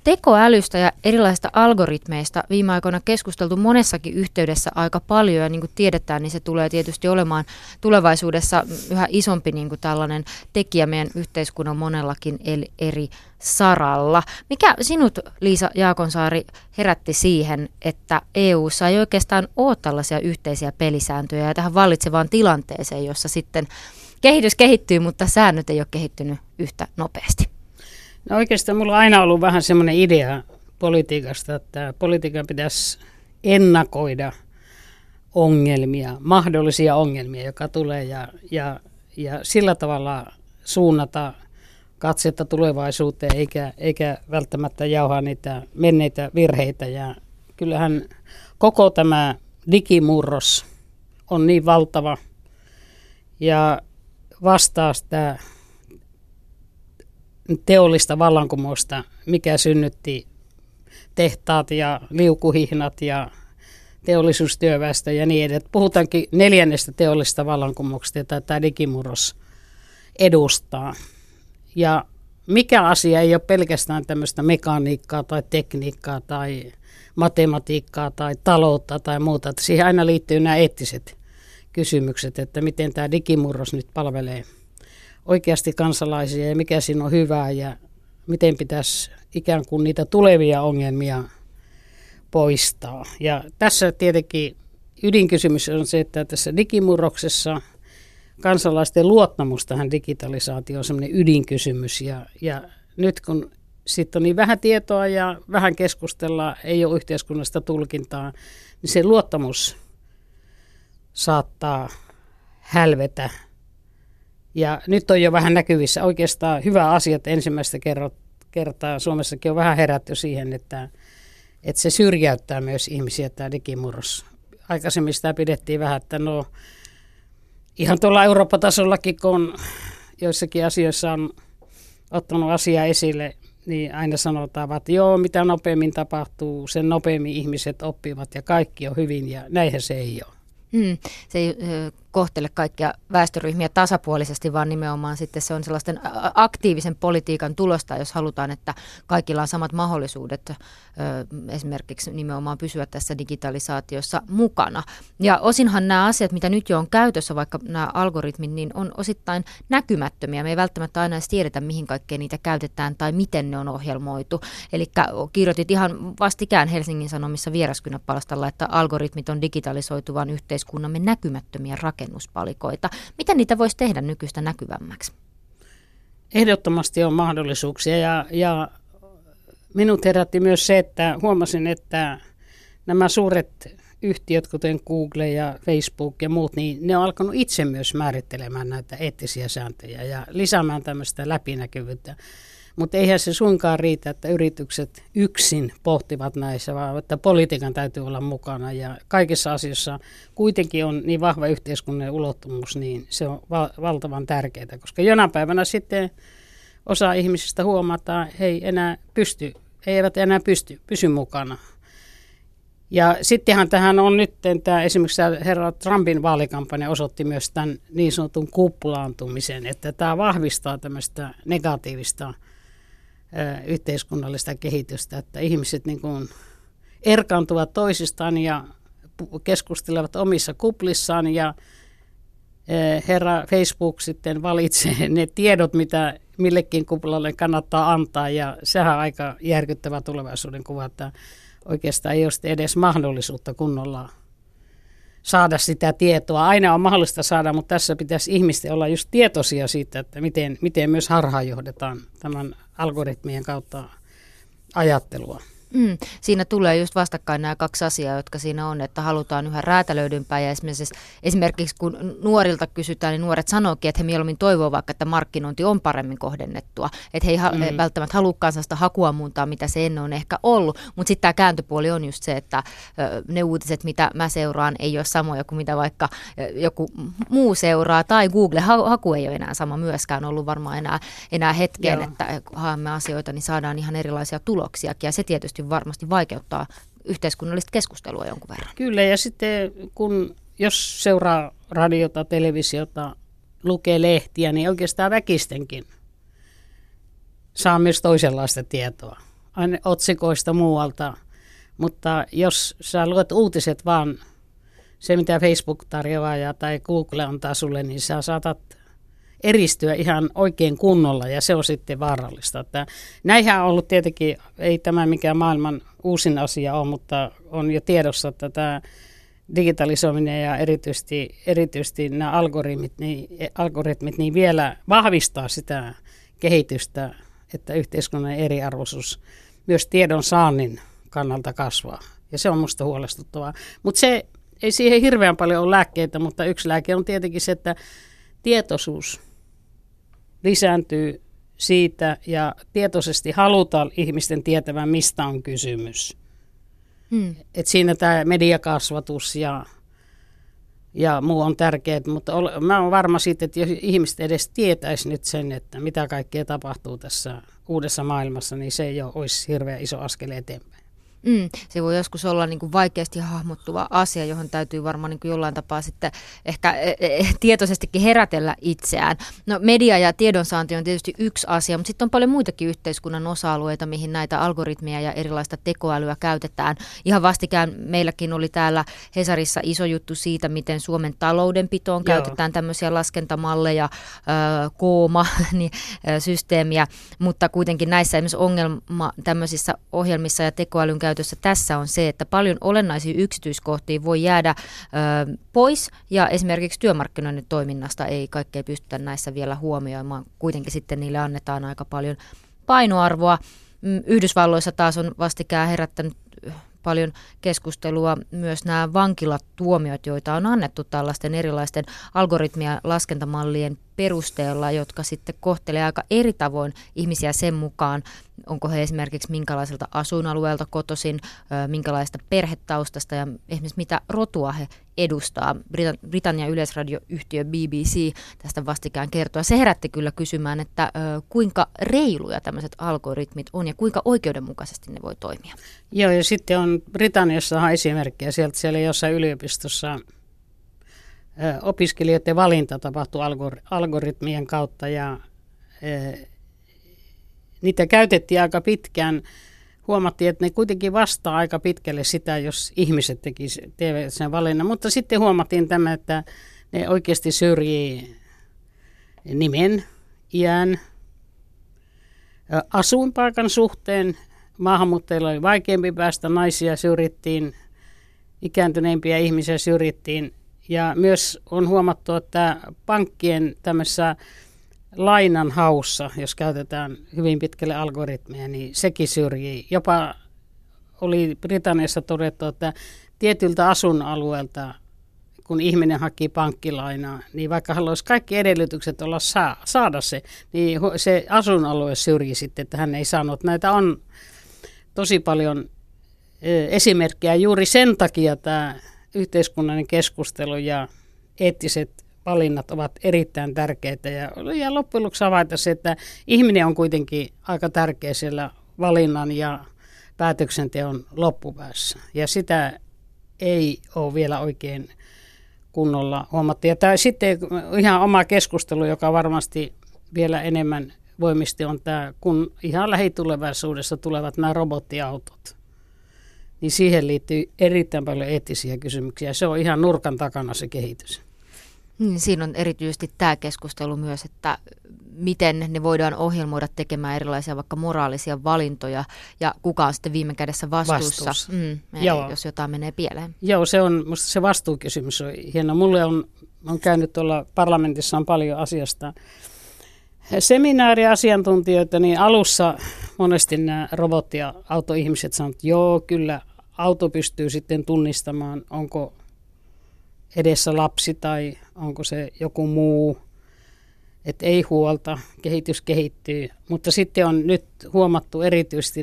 tekoälystä ja erilaisista algoritmeista viime aikoina keskusteltu monessakin yhteydessä aika paljon, ja niin kuin tiedetään, niin se tulee tietysti olemaan tulevaisuudessa yhä isompi niin kuin tällainen tekijä meidän yhteiskunnan monellakin eri saralla. Mikä sinut, Liisa Jaakonsaari, herätti siihen, että EU:ssa ei oikeastaan ole tällaisia yhteisiä pelisääntöjä ja tähän vallitsevaan tilanteeseen, jossa sitten kehitys kehittyy, mutta säännöt ei ole kehittynyt yhtä nopeasti? No oikeastaan mulla on aina ollut vähän semmoinen idea politiikasta, että politiikan pitäisi ennakoida ongelmia, mahdollisia ongelmia, joka tulee ja sillä tavalla suunnata katsetta tulevaisuuteen eikä välttämättä jauhaa niitä menneitä virheitä. Ja kyllähän koko tämä digimurros on niin valtava ja vastaa sitä teollista vallankumousta, mikä synnytti tehtaat ja liukuhihnat ja teollisuustyöväestö ja niin edelleen. Puhutaankin 4. teollisesta vallankumouksesta, jota tämä digimurros edustaa. Ja mikä asia ei ole pelkästään tämmöistä mekaniikkaa tai tekniikkaa tai matematiikkaa tai taloutta tai muuta. Että siihen aina liittyy nämä eettiset kysymykset, että miten tämä digimurros nyt palvelee oikeasti kansalaisia ja mikä siinä on hyvää ja miten pitäisi ikään kuin niitä tulevia ongelmia poistaa. Ja tässä tietenkin ydinkysymys on se, että tässä digimurroksessa kansalaisten luottamus tähän digitalisaatioon on sellainen ydinkysymys. Ja nyt kun sitten on niin vähän tietoa ja vähän keskustellaan, ei ole yhteiskunnasta tulkintaa, niin se luottamus saattaa hälvetä. Ja nyt on jo vähän näkyvissä oikeastaan hyvä asia, että ensimmäistä kertaa Suomessakin on vähän herätty siihen, että se syrjäyttää myös ihmisiä tämä digimurros. Aikaisemmin sitä pidettiin vähän, että no ihan tuolla Eurooppa-tasollakin, kun joissakin asioissa on ottanut asiaa esille, niin aina sanotaan, että joo, mitä nopeammin tapahtuu, sen nopeammin ihmiset oppivat ja kaikki on hyvin ja näinhän se ei ole. Se ei kohtele kaikkia väestöryhmiä tasapuolisesti, vaan nimenomaan sitten se on sellaisten aktiivisen politiikan tulosta, jos halutaan, että kaikilla on samat mahdollisuudet esimerkiksi nimenomaan pysyä tässä digitalisaatiossa mukana. Ja osinhan nämä asiat, mitä nyt jo on käytössä, vaikka nämä algoritmit, niin on osittain näkymättömiä. Me ei välttämättä aina edes tiedetä, mihin kaikkeen niitä käytetään tai miten ne on ohjelmoitu. Eli kirjoitit ihan vastikään Helsingin Sanomissa Vieraskynä-palstalla, että algoritmit on digitalisoituvan yhteiskunnamme näkymättömiä rakennuspalikoita. Miten niitä voisi tehdä nykyistä näkyvämmäksi? Ehdottomasti on mahdollisuuksia ja minut herätti myös se, että huomasin, että nämä suuret yhtiöt, kuten Google ja Facebook ja muut, niin ne on alkanut itse myös määrittelemään näitä eettisiä sääntöjä ja lisäämään tämmöistä läpinäkyvyyttä. Mutta eihän se suinkaan riitä, että yritykset yksin pohtivat näissä, vaan että politiikan täytyy olla mukana. Ja kaikissa asioissa kuitenkin on niin vahva yhteiskunnallinen ulottuvuus, niin se on valtavan tärkeää. Koska jonain päivänä sitten osa ihmisistä huomataan, että he eivät enää pysy mukana. Ja sittenhän tähän on nyt, esimerkiksi herra Trumpin vaalikampanja osoitti myös tämän niin sanotun kuplaantumisen, että tämä vahvistaa tämmöistä negatiivista yhteiskunnallista kehitystä, että ihmiset niin kuin erkaantuvat toisistaan ja keskustelevat omissa kuplissaan ja herra Facebook sitten valitsee ne tiedot, mitä millekin kuplalle kannattaa antaa ja sehän on aika järkyttävä tulevaisuuden kuva, että oikeastaan ei ole edes mahdollisuutta kunnolla saada sitä tietoa. Aina on mahdollista saada, mutta tässä pitäisi ihmisten olla just tietoisia siitä, että miten myös harhaanjohdetaan tämän algoritmien kautta ajattelua. Siinä tulee just vastakkain nämä kaksi asiaa, jotka siinä on, että halutaan yhä räätälöidympää ja esimerkiksi kun nuorilta kysytään, niin nuoret sanookin, että he mieluummin toivoo vaikka, että markkinointi on paremmin kohdennettua, että he ei välttämättä halukaan sellaista hakuammuntaa, mitä se ennen on ehkä ollut, mutta sitten tämä kääntöpuoli on just se, että ne uutiset, mitä mä seuraan, ei ole samoja kuin mitä vaikka joku muu seuraa tai Google-haku ei ole enää sama myöskään ollut varmaan enää hetkeen, että haemme asioita, niin saadaan ihan erilaisia tuloksiakin ja se tietysti varmasti vaikeuttaa yhteiskunnallista keskustelua jonkun verran. Kyllä, ja sitten jos seuraa radiota, televisiota, lukee lehtiä, niin oikeastaan väkistenkin saa myös toisenlaista tietoa. otsikoista muualta. Mutta jos sä luet uutiset vaan se, mitä Facebook tarjoaa tai Google antaa sulle, niin sä saatat eristyä ihan oikein kunnolla ja se on sitten vaarallista. Että näinhän on ollut tietenkin, ei tämä mikään maailman uusin asia ole, mutta on jo tiedossa, että tämä digitalisoiminen ja erityisesti nämä algoritmit niin vielä vahvistaa sitä kehitystä, että yhteiskunnan eriarvoisuus myös tiedon saannin kannalta kasvaa. Ja se on musta huolestuttavaa. Mutta se ei siihen hirveän paljon ole lääkkeitä, mutta yksi lääke on tietenkin se, että tietoisuus lisääntyy siitä ja tietoisesti halutaan ihmisten tietävän, mistä on kysymys. Et siinä tämä mediakasvatus ja muu on tärkeää, mutta mä olen varma siitä, että jos ihmiset edes tietäisi nyt sen, että mitä kaikkea tapahtuu tässä uudessa maailmassa, niin se ei olisi hirveän iso askel eteenpäin. Se voi joskus olla niin kuin vaikeasti hahmottuva asia, johon täytyy varmaan niin kuin jollain tapaa sitten ehkä tietoisestikin herätellä itseään. No, media ja tiedonsaanti on tietysti yksi asia, mutta sitten on paljon muitakin yhteiskunnan osa-alueita, mihin näitä algoritmeja ja erilaista tekoälyä käytetään. Ihan vastikään meilläkin oli täällä Hesarissa iso juttu siitä, miten Suomen taloudenpitoon käytetään tämmöisiä laskentamalleja, Kooma-systeemiä, mutta kuitenkin näissä esimerkiksi ongelma tämmöisissä ohjelmissa ja tekoälyn käytössä tässä on se, että paljon olennaisia yksityiskohtia voi jäädä pois ja esimerkiksi työmarkkinoiden toiminnasta ei kaikkea pystytä näissä vielä huomioimaan. Kuitenkin sitten niille annetaan aika paljon painoarvoa. Yhdysvalloissa taas on vastikään herättänyt paljon keskustelua myös nämä vankilatuomiot, joita on annettu tällaisten erilaisten algoritmia laskentamallien perusteella, jotka sitten kohtelee aika eri tavoin ihmisiä sen mukaan, onko he esimerkiksi minkälaiselta asuinalueelta kotoisin, minkälaista perhetaustasta ja esimerkiksi mitä rotua he edustaa. Britannian yleisradioyhtiö BBC tästä vastikään kertoo. Se herätti kyllä kysymään, että kuinka reiluja tämmöiset algoritmit on ja kuinka oikeudenmukaisesti ne voi toimia. Joo, ja sitten on Britanniassa esimerkkejä siellä jossain yliopistossa opiskelijoiden valinta tapahtuu algoritmien kautta ja niitä käytettiin aika pitkään. Huomattiin, että ne kuitenkin vastaa aika pitkälle sitä, jos ihmiset tekivät sen valinnan. Mutta sitten huomattiin tämä, että ne oikeasti syrjii nimen, iän, asuinpaikan suhteen. Maahanmuuttajilla oli vaikeampi päästä, naisia syrjittiin, ikääntyneimpiä ihmisiä syrjittiin. Ja myös on huomattu, että pankkien tämmöisessä lainanhaussa, jos käytetään hyvin pitkälle algoritmeja, niin sekin syrjii. Jopa oli Britanniassa todettu, että tietyltä asuinalueelta, kun ihminen haki pankkilainaa, niin vaikka haluaisi kaikki edellytykset olla saada se, niin se asuinalue syrji sitten, että hän ei saanut. Näitä on tosi paljon esimerkkejä. Juuri sen takia tämä yhteiskunnallinen keskustelu ja eettiset valinnat ovat erittäin tärkeitä ja loppujen lopuksi havaita se, että ihminen on kuitenkin aika tärkeä siellä valinnan ja päätöksenteon loppupäässä. Ja sitä ei ole vielä oikein kunnolla huomattu. Ja tämä sitten ihan oma keskustelu, joka varmasti vielä enemmän voimisti on tämä, kun ihan lähitulevaisuudessa tulevat nämä robottiautot. Niin siihen liittyy erittäin paljon eettisiä kysymyksiä. Se on ihan nurkan takana se kehitys. Siinä on erityisesti tämä keskustelu myös, että miten ne voidaan ohjelmoida tekemään erilaisia vaikka moraalisia valintoja ja kuka on sitten viime kädessä vastuussa. Jos jotain menee pieleen. Joo, musta se vastuukysymys on hieno. Mulle on käynyt tuolla parlamentissa on paljon asiasta seminaariasiantuntijoita, niin alussa monesti nämä robotti- ja autoihmiset sanovat, että joo, kyllä auto pystyy sitten tunnistamaan, onko edessä lapsi tai onko se joku muu, että ei huolta, kehitys kehittyy. Mutta sitten on nyt huomattu erityisesti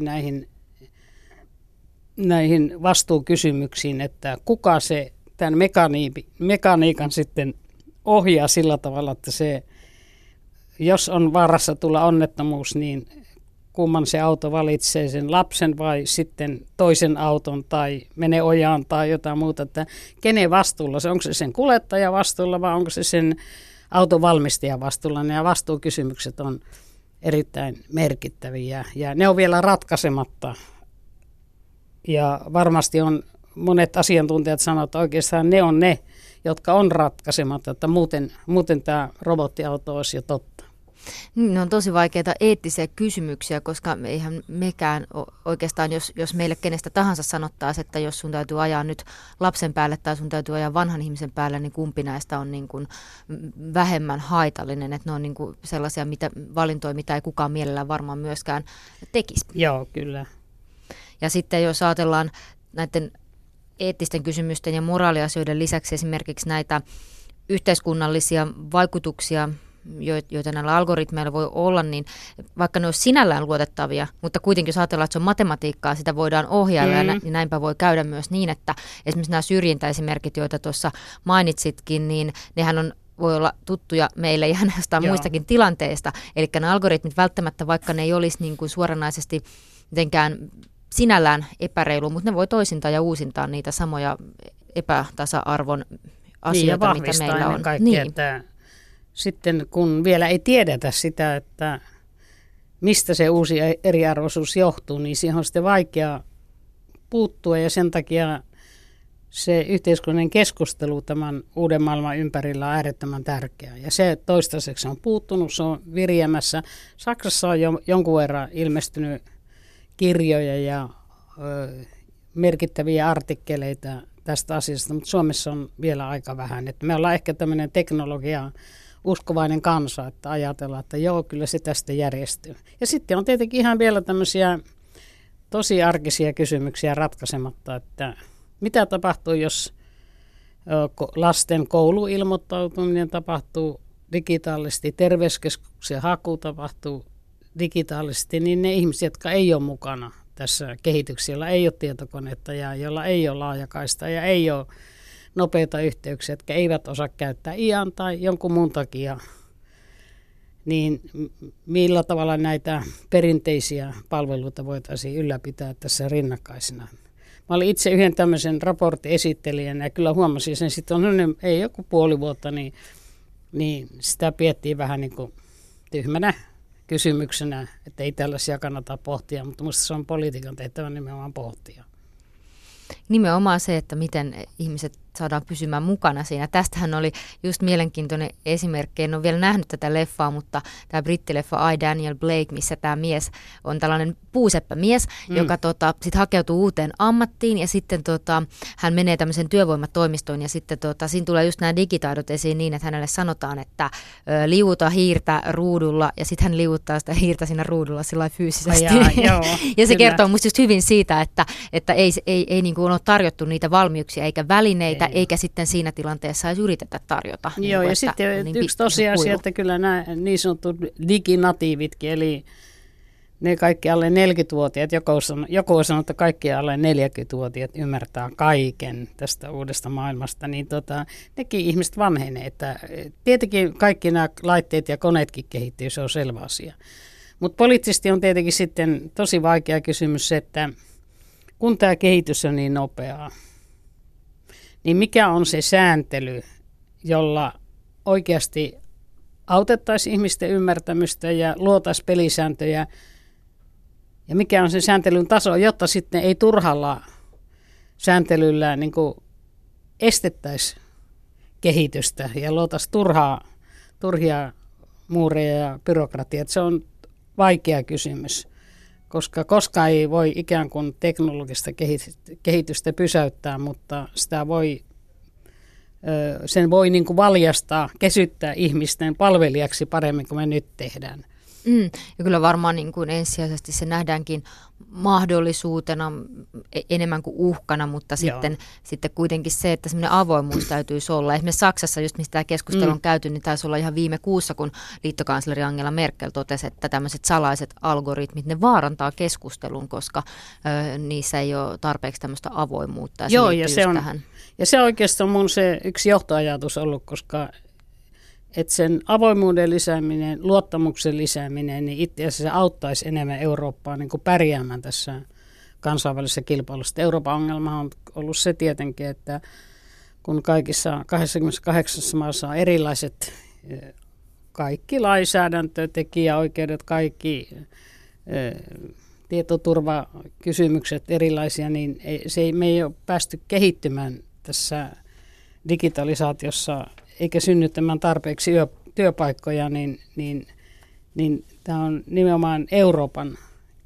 näihin vastuukysymyksiin, että kuka se tämän mekaniikan sitten ohjaa sillä tavalla, että se, jos on vaarassa tulla onnettomuus, niin kumman se auto valitsee, sen lapsen vai sitten toisen auton tai menee ojaan tai jotain muuta, että kenen vastuulla se, onko se sen kuljettajan vastuulla vai onko se sen auton valmistajan vastuulla. Ja vastuukysymykset on erittäin merkittäviä ja ne on vielä ratkaisematta. Ja varmasti on monet asiantuntijat sanovat, että oikeastaan ne on ne, jotka on ratkaisematta, että muuten tämä robottiauto olisi jo totta. Ne on tosi vaikeita eettisiä kysymyksiä, koska eihän mekään oikeastaan, jos meille kenestä tahansa sanottaisiin, että jos sun täytyy ajaa nyt lapsen päälle tai sun täytyy ajaa vanhan ihmisen päälle, niin kumpi näistä on niin kuin vähemmän haitallinen. Että ne on niin kuin sellaisia valintoja, mitä ei kukaan mielellään varmaan myöskään tekisi. Joo, kyllä. Ja sitten jos ajatellaan näiden eettisten kysymysten ja moraaliasioiden lisäksi esimerkiksi näitä yhteiskunnallisia vaikutuksia, joita näillä algoritmeilla voi olla, niin vaikka ne olisi sinällään luotettavia, mutta kuitenkin jos ajatellaan, että se on matematiikkaa, sitä voidaan ohjailla ja näinpä voi käydä myös niin, että esimerkiksi nämä syrjintäesimerkit, joita tuossa mainitsitkin, niin nehän voi olla tuttuja meille ihan jostain muistakin tilanteista. Eli nämä algoritmit välttämättä, vaikka ne ei olisi niin kuin suoranaisesti mitenkään sinällään epäreilu, mutta ne voi toisintaa ja uusintaa niitä samoja epätasa-arvon asioita, mitä meillä on. Kaikkea, että sitten kun vielä ei tiedetä sitä, että mistä se uusi eriarvoisuus johtuu, niin siihen on sitten vaikea puuttua ja sen takia se yhteiskunnallinen keskustelu tämän uuden maailman ympärillä on äärettömän tärkeää. Ja se toistaiseksi on puuttunut, se on viriämässä. Saksassa on jo jonkun verran ilmestynyt kirjoja ja merkittäviä artikkeleita tästä asiasta, mutta Suomessa on vielä aika vähän. Että me ollaan ehkä tämmöinen teknologia uskovainen kansa, että ajatellaan, että joo, kyllä se tästä järjestyy. Ja sitten on tietenkin ihan vielä tämmöisiä tosi arkisia kysymyksiä ratkaisematta, että mitä tapahtuu, jos lasten kouluilmoittautuminen tapahtuu digitaalisesti, terveyskeskuksen haku tapahtuu digitaalisesti, niin ne ihmiset, jotka ei ole mukana tässä kehityksessä, joilla ei ole tietokonetta ja joilla ei ole laajakaista ja ei ole nopeita yhteyksiä, jotka eivät osaa käyttää iän tai jonkun muun takia, niin millä tavalla näitä perinteisiä palveluita voitaisiin ylläpitää tässä rinnakkaisena. Mä olin itse yhden tämmöisen raportin esittelijänä ja kyllä huomasin sen sitten, ei joku puoli vuotta, niin sitä piettiin vähän niin kuin tyhmänä kysymyksenä, että ei tällaisia kannata pohtia, mutta minusta se on politiikan tehtävä nimenomaan pohtia. Nimenomaan se, että miten ihmiset saadaan pysymään mukana siinä. Tästähän oli just mielenkiintoinen esimerkki. En ole vielä nähnyt tätä leffaa, mutta tämä brittileffa I, Daniel Blake, missä tämä mies on tällainen puuseppämies, joka sit hakeutuu uuteen ammattiin ja sitten hän menee tämmöiseen työvoimatoimistoon ja sitten siinä tulee just nämä digitaidot esiin niin, että hänelle sanotaan, että liuuta hiirtä ruudulla ja sitten hän liuuttaa sitä hiirtä siinä ruudulla sillä fyysisesti. Ja se kertoo musta just hyvin siitä, että ei niin kuin ole tarjottu niitä valmiuksia eikä välineitä, eikä sitten siinä tilanteessa edes yritetä tarjota. Joo, niin ja sitten niin yksi tosiasia, että kyllä nämä niin sanotut diginatiivitkin, eli ne kaikki alle 40-vuotiaat, joku on sanonut, että kaikki alle 40-vuotiaat ymmärtää kaiken tästä uudesta maailmasta, niin nekin ihmiset vanhenee. Että tietenkin kaikki nämä laitteet ja koneetkin kehittyy, se on selvä asia. Mutta poliittisesti on tietenkin sitten tosi vaikea kysymys se, että kun tämä kehitys on niin nopeaa, niin mikä on se sääntely, jolla oikeasti autettaisiin ihmisten ymmärtämystä ja luotaisiin pelisääntöjä, ja mikä on se sääntelyn taso, jotta sitten ei turhalla sääntelyllä niin kuin estettäisiin kehitystä ja luotaisiin turhia muureja ja byrokratiaa. Se on vaikea kysymys, koska koskaan ei voi ikään kuin teknologista kehitystä pysäyttää, mutta sen voi niin kuin valjastaa, kesyttää ihmisten palvelijaksi paremmin kuin me nyt tehdään. Ja kyllä varmaan niin kuin ensisijaisesti se nähdäänkin mahdollisuutena enemmän kuin uhkana, mutta sitten kuitenkin se, että semmoinen avoimuus täytyisi olla. Esimerkiksi Saksassa, just mistä tämä keskustelu on käyty, niin taisi olla ihan viime kuussa, kun liittokansleri Angela Merkel totesi, että tämmöiset salaiset algoritmit, ne vaarantaa keskustelun, koska niissä ei ole tarpeeksi tämmöistä avoimuutta. Ja se oikeastaan on mun se yksi johtoajatus ollut, koska että sen avoimuuden lisääminen, luottamuksen lisääminen, niin itse asiassa auttaisi enemmän Eurooppaa niin kuin pärjäämään tässä kansainvälisessä kilpailussa. Euroopan ongelma on ollut se tietenkin, että kun kaikissa 28 maassa on erilaiset kaikki lainsäädäntö, tekijäoikeudet, kaikki tietoturvakysymykset erilaisia, niin me ei ole päästy kehittymään tässä digitalisaatiossa eikä synnyttämään tarpeeksi työpaikkoja, niin tämä on nimenomaan Euroopan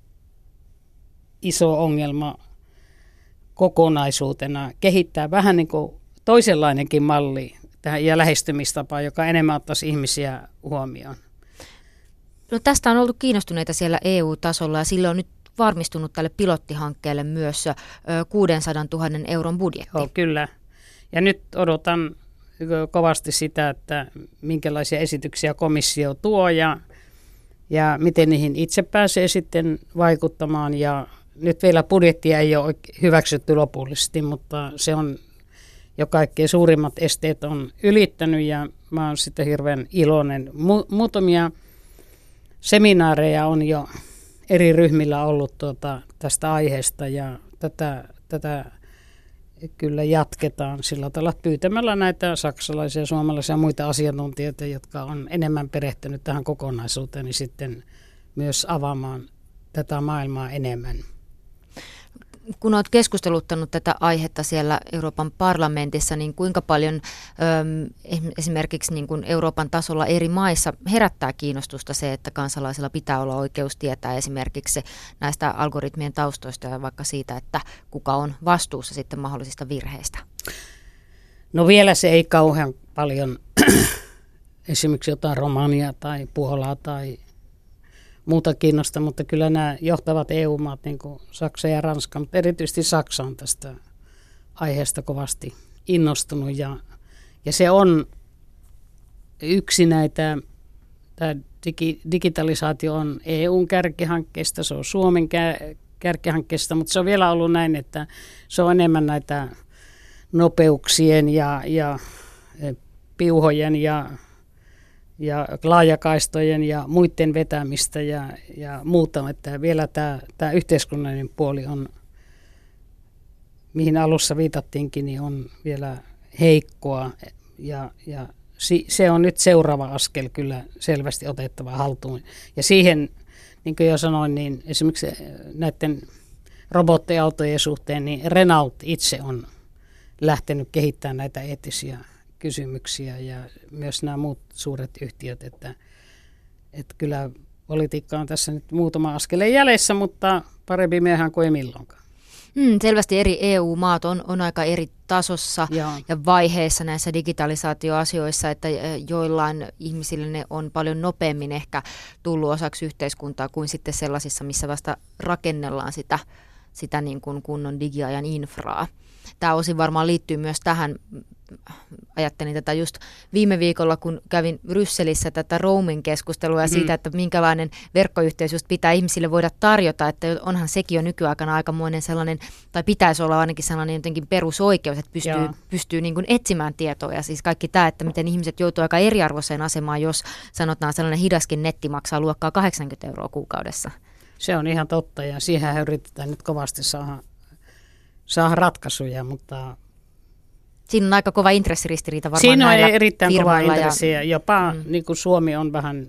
iso ongelma kokonaisuutena kehittää vähän niin kuin toisenlainenkin malli ja lähestymistapa, joka enemmän ottaisi ihmisiä huomioon. No tästä on oltu kiinnostuneita siellä EU-tasolla ja sillä on nyt varmistunut tälle pilottihankkeelle myös 600 000 euron budjetti. Joo, kyllä. Ja nyt odotan kovasti sitä, että minkälaisia esityksiä komissio tuo ja miten niihin itse pääsee sitten vaikuttamaan. Ja nyt vielä budjettia ei ole hyväksytty lopullisesti, mutta se on jo kaikkein suurimmat esteet on ylittänyt ja mä oon sitten hirveän iloinen. Muutamia seminaareja on jo eri ryhmillä ollut tästä aiheesta ja tätä kyllä jatketaan sillä tavalla pyytämällä näitä saksalaisia, suomalaisia ja muita asiantuntijoita, jotka on enemmän perehtynyt tähän kokonaisuuteen, niin sitten myös avaamaan tätä maailmaa enemmän. Kun olet keskusteluttanut tätä aihetta siellä Euroopan parlamentissa, niin kuinka paljon esimerkiksi niin kuin Euroopan tasolla eri maissa herättää kiinnostusta se, että kansalaisilla pitää olla oikeus tietää esimerkiksi näistä algoritmien taustoista ja vaikka siitä, että kuka on vastuussa sitten mahdollisista virheistä? No vielä se ei kauhean paljon esimerkiksi jotain Romania tai Puolaa tai muuta kiinnosta, mutta kyllä nämä johtavat EU-maat, niin kuin Saksa ja Ranska, mutta erityisesti Saksa on tästä aiheesta kovasti innostunut. Ja se on yksi näitä, tämä digitalisaatio on EUn kärkihankkeista, se on Suomen kärkihankkeesta, mutta se on vielä ollut näin, että se on enemmän näitä nopeuksien ja piuhojen ja laajakaistojen ja muiden vetämistä ja muuta, että vielä tämä yhteiskunnallinen puoli on, mihin alussa viitattiinkin, niin on vielä heikkoa ja se on nyt seuraava askel kyllä selvästi otettava haltuun. Ja siihen, niin kuin jo sanoin, niin esimerkiksi näiden robottiautojen suhteen, niin Renault itse on lähtenyt kehittämään näitä eettisiä kysymyksiä ja myös nämä muut suuret yhtiöt, että kyllä politiikka on tässä nyt muutama askeleen jäljessä, mutta parempi myöhään kuin ei milloinkaan. Selvästi eri EU-maat on aika eri tasossa ja vaiheessa näissä digitalisaatioasioissa, että joillain ihmisille ne on paljon nopeammin ehkä tullut osaksi yhteiskuntaa kuin sitten sellaisissa, missä vasta rakennellaan sitä niin kuin kunnon digiajan infraa. Tämä osin varmaan liittyy myös tähän, ajattelin tätä just viime viikolla, kun kävin Brysselissä tätä roaming-keskustelua siitä, että minkälainen verkkoyhteys just pitää ihmisille voida tarjota, että onhan sekin jo nykyaikana aikamoinen sellainen, tai pitäisi olla ainakin sellainen jotenkin perusoikeus, että pystyy niin kuin etsimään tietoa ja siis kaikki tämä, että miten ihmiset joutuu aika eriarvoiseen asemaan, jos sanotaan sellainen hidaskin netti maksaa luokkaa 80 € kuukaudessa. Se on ihan totta ja siihen yritetään nyt kovasti saada ratkaisuja, mutta siinä on aika kova intressiristiriita varmaan siinä on näillä erittäin kova firmoilla intressi ja jopa niin kuin Suomi on vähän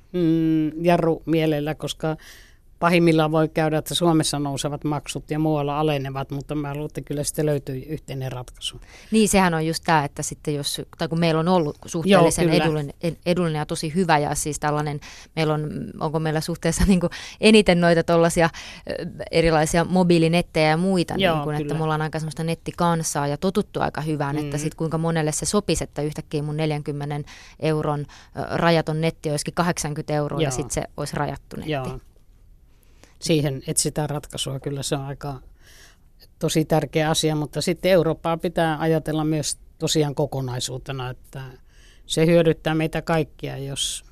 jarru mielellä, koska pahimmillaan voi käydä, että Suomessa nousevat maksut ja muualla alenevat, mutta mä luulen, että kyllä sitten löytyy yhteinen ratkaisu. Niin, sehän on just tämä, että sitten kun meillä on ollut suhteellisen edullinen ja tosi hyvä ja siis tällainen, onko meillä suhteessa niin kuin eniten noita tuollaisia erilaisia mobiilinettejä ja muita, niin kuin, että me ollaan aika semmoista nettikansaa ja totuttu aika hyvään, että sitten kuinka monelle se sopisi, että yhtäkkiä mun 40 € rajaton netti olisikin 80 € ja sitten se olisi rajattu netti. Joo. Siihen etsitään ratkaisua. Kyllä se on aika tosi tärkeä asia, mutta sitten Eurooppaa pitää ajatella myös tosiaan kokonaisuutena, että se hyödyttää meitä kaikkia, jos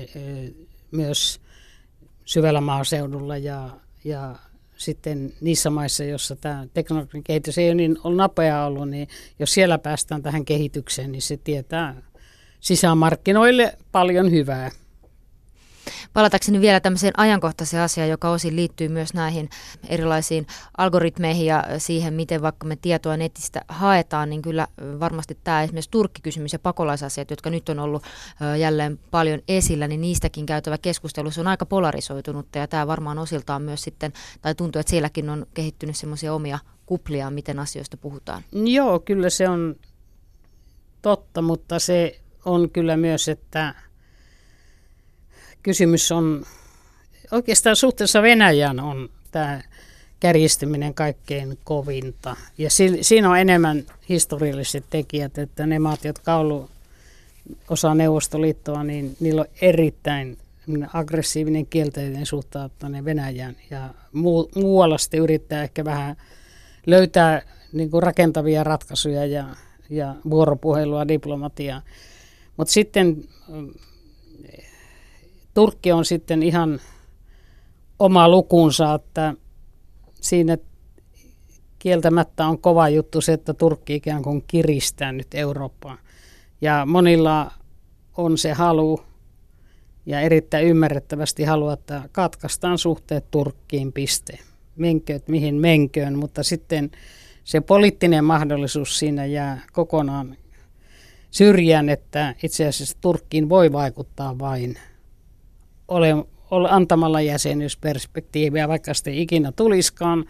myös syvällä maaseudulla ja sitten niissä maissa, joissa tämä teknologinen kehitys ei ole niin nopeaa ollut, niin jos siellä päästään tähän kehitykseen, niin se tietää sisämarkkinoille paljon hyvää. Palatakseni vielä tämmöiseen ajankohtaiseen asiaan, joka osin liittyy myös näihin erilaisiin algoritmeihin ja siihen, miten vaikka me tietoa netistä haetaan, niin kyllä varmasti tämä esimerkiksi Turkki-kysymys ja pakolaisasiat, jotka nyt on ollut jälleen paljon esillä, niin niistäkin käytävä keskustelu on aika polarisoitunutta ja tämä varmaan osiltaan myös sitten, tai tuntuu, että sielläkin on kehittynyt semmoisia omia kuplia, miten asioista puhutaan. Joo, kyllä se on totta, mutta se on kyllä myös, että kysymys on oikeastaan suhteessa Venäjään on tämä kärjistyminen kaikkein kovinta. Ja siinä on enemmän historialliset tekijät, että ne maat, jotka on ollut osa Neuvostoliittoa, niin niillä on erittäin aggressiivinen kielteinen suhtautuminen Venäjään. Ja muualla sitten yrittää ehkä vähän löytää niin kuin rakentavia ratkaisuja ja vuoropuhelua, diplomatiaa. Mutta sitten Turkki on sitten ihan oma lukunsa, että siinä kieltämättä on kova juttu se, että Turkki ikään kuin kiristää nyt Eurooppaa. Ja monilla on se halu ja erittäin ymmärrettävästi halu, että katkaistaan suhteet Turkkiin, piste. Menkööt mihin menköön, mutta sitten se poliittinen mahdollisuus siinä jää kokonaan syrjään, että itse asiassa Turkkiin voi vaikuttaa vain antamalla jäsenyysperspektiiviä, vaikka sitten ikinä tuliskaan,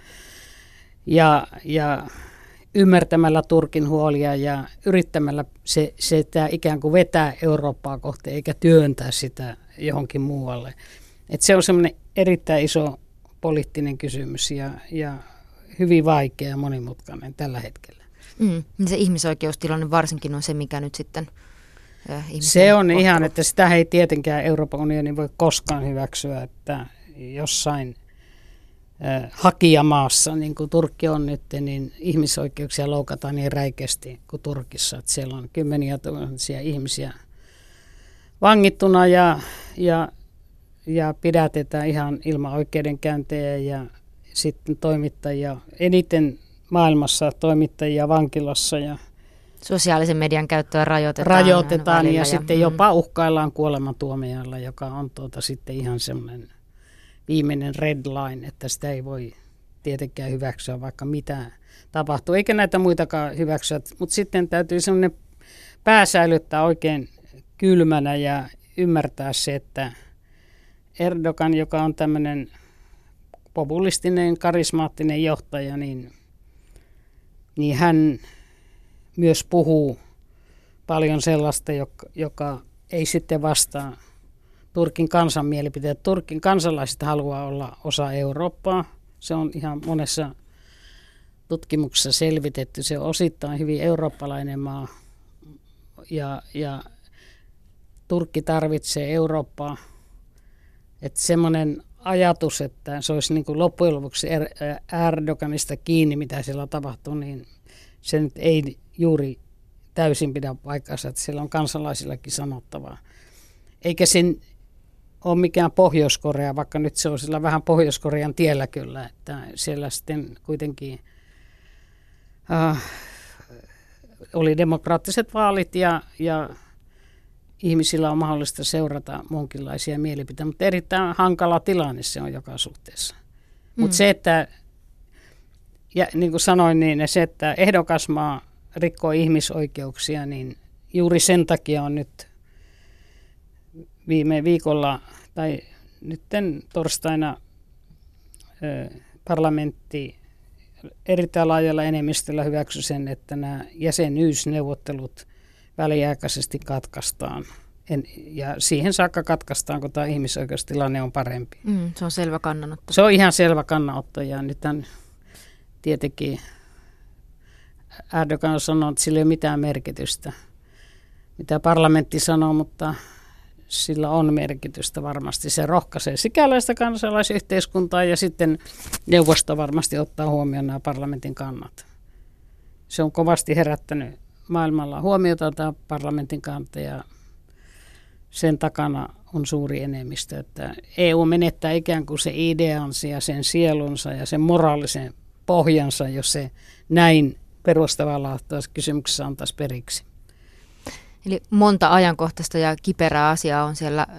ja ymmärtämällä Turkin huolia ja yrittämällä se ikään kuin vetää Eurooppaa kohti eikä työntää sitä johonkin muualle. Et se on semmoinen erittäin iso poliittinen kysymys ja hyvin vaikea ja monimutkainen tällä hetkellä. Se ihmisoikeustilanne varsinkin on se, mikä nyt sitten se on ihan, että sitä ei tietenkään Euroopan unioni voi koskaan hyväksyä, että jossain hakijamaassa, niin kuin Turkki on nyt, niin ihmisoikeuksia loukataan niin räikeästi kuin Turkissa. Että siellä on kymmeniä tuhansia ihmisiä vangittuna ja pidätetään ihan ilman oikeudenkäyntejä ja sitten toimittajia, eniten maailmassa toimittajia vankilassa ja sosiaalisen median käyttöä rajoitetaan ja sitten jopa uhkaillaan kuolemantuomiolla, joka on sitten ihan semmoinen viimeinen red line, että sitä ei voi tietenkään hyväksyä, vaikka mitä tapahtuu, eikä näitä muitakaan hyväksyä, mutta sitten täytyy semmoinen pää säilyttää oikein kylmänä ja ymmärtää se, että Erdogan, joka on tämmöinen populistinen, karismaattinen johtaja, niin hän myös puhuu paljon sellaista, joka ei sitten vastaa Turkin kansan mielipiteet. Turkin kansalaiset haluaa olla osa Eurooppaa. Se on ihan monessa tutkimuksessa selvitetty. Se on osittain hyvin eurooppalainen maa ja Turkki tarvitsee Eurooppaa. Että semmoinen ajatus, että se olisi niin kuin loppujen lopuksi Erdoganista kiinni, mitä siellä tapahtuu, niin se nyt ei juuri täysin pidä paikkansa, että siellä on kansalaisillakin sanottavaa. Eikä sen ole mikään Pohjois-Korea, vaikka nyt se on sillä vähän Pohjois-Korean tiellä kyllä, että siellä sitten kuitenkin oli demokraattiset vaalit ja ihmisillä on mahdollista seurata muunkinlaisia mielipiteitä, mutta erittäin hankala tilanne se on joka suhteessa. Mutta se, että ja niin kuin sanoin, niin se, että ehdokasmaa rikkoo ihmisoikeuksia, niin juuri sen takia on nyt viime viikolla tai nytten torstaina parlamentti erittäin laajalla enemmistöllä hyväksyi sen, että nämä jäsenyysneuvottelut väliaikaisesti katkaistaan. Ja siihen saakka katkaistaan, kun tämä ihmisoikeustilanne on parempi. Se on selvä kannanotto. Se on ihan selvä kannanotto ja nyt tietenkin Erdogan on sanonut, että sillä ei ole mitään merkitystä, mitä parlamentti sanoo, mutta sillä on merkitystä varmasti. Se rohkaisee sikäläistä kansalaisyhteiskuntaa ja sitten neuvosto varmasti ottaa huomioon nämä parlamentin kannat. Se on kovasti herättänyt maailmalla huomiota tämä parlamentin kanta ja sen takana on suuri enemmistö, että EU menettää ikään kuin se ideansa ja sen sielunsa ja sen moraalisen pohjansa, jos se näin perustavanlaatuisessa kysymyksessä antaisi periksi. Eli monta ajankohtaista ja kiperää asiaa on siellä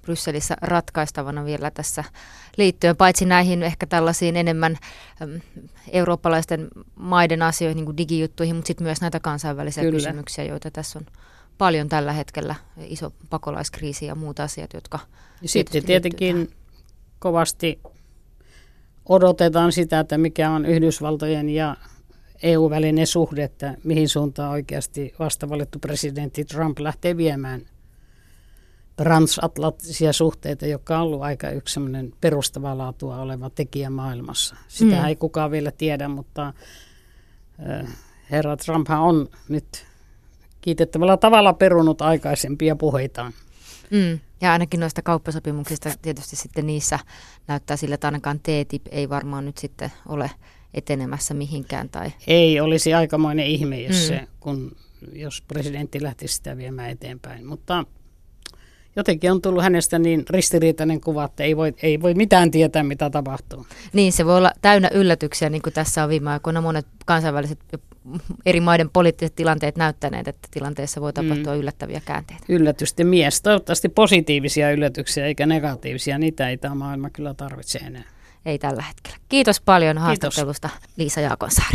Brysselissä ratkaistavana vielä tässä liittyen, paitsi näihin ehkä tällaisiin enemmän eurooppalaisten maiden asioihin, niin kuin digijuttuihin, mutta sitten myös näitä kansainvälisiä kysymyksiä, joita tässä on paljon tällä hetkellä, iso pakolaiskriisi ja muut asiat, jotka sitten tietenkin kovasti odotetaan sitä, että mikä on Yhdysvaltojen ja EU-välinen suhde, että mihin suuntaan oikeasti vastavalittu presidentti Trump lähtee viemään transatlanttisia suhteita, joka on ollut aika yksi sellainen perustavaa laatua oleva tekijä maailmassa. Sitä ei kukaan vielä tiedä, mutta herra Trumphan on nyt kiitettävällä tavalla perunut aikaisempia puheitaan. Ja ainakin noista kauppasopimuksista tietysti sitten niissä näyttää sillä, että ainakaan TTIP ei varmaan nyt sitten ole etenemässä mihinkään. Tai ei, olisi aikamoinen ihme, jos presidentti lähtisi sitä viemään eteenpäin. Mutta jotenkin on tullut hänestä niin ristiriitainen kuva, että ei voi mitään tietää, mitä tapahtuu. Niin, se voi olla täynnä yllätyksiä, niin kuin tässä on viime aikoina monet kansainväliset eri maiden poliittiset tilanteet näyttäneet, että tilanteessa voi tapahtua yllättäviä käänteitä. Yllätysten mies. Toivottavasti positiivisia yllätyksiä eikä negatiivisia. Niitä ei tämä maailma kyllä tarvitse enää. Ei tällä hetkellä. Kiitos paljon haastattelusta, Liisa Jaakonsaari.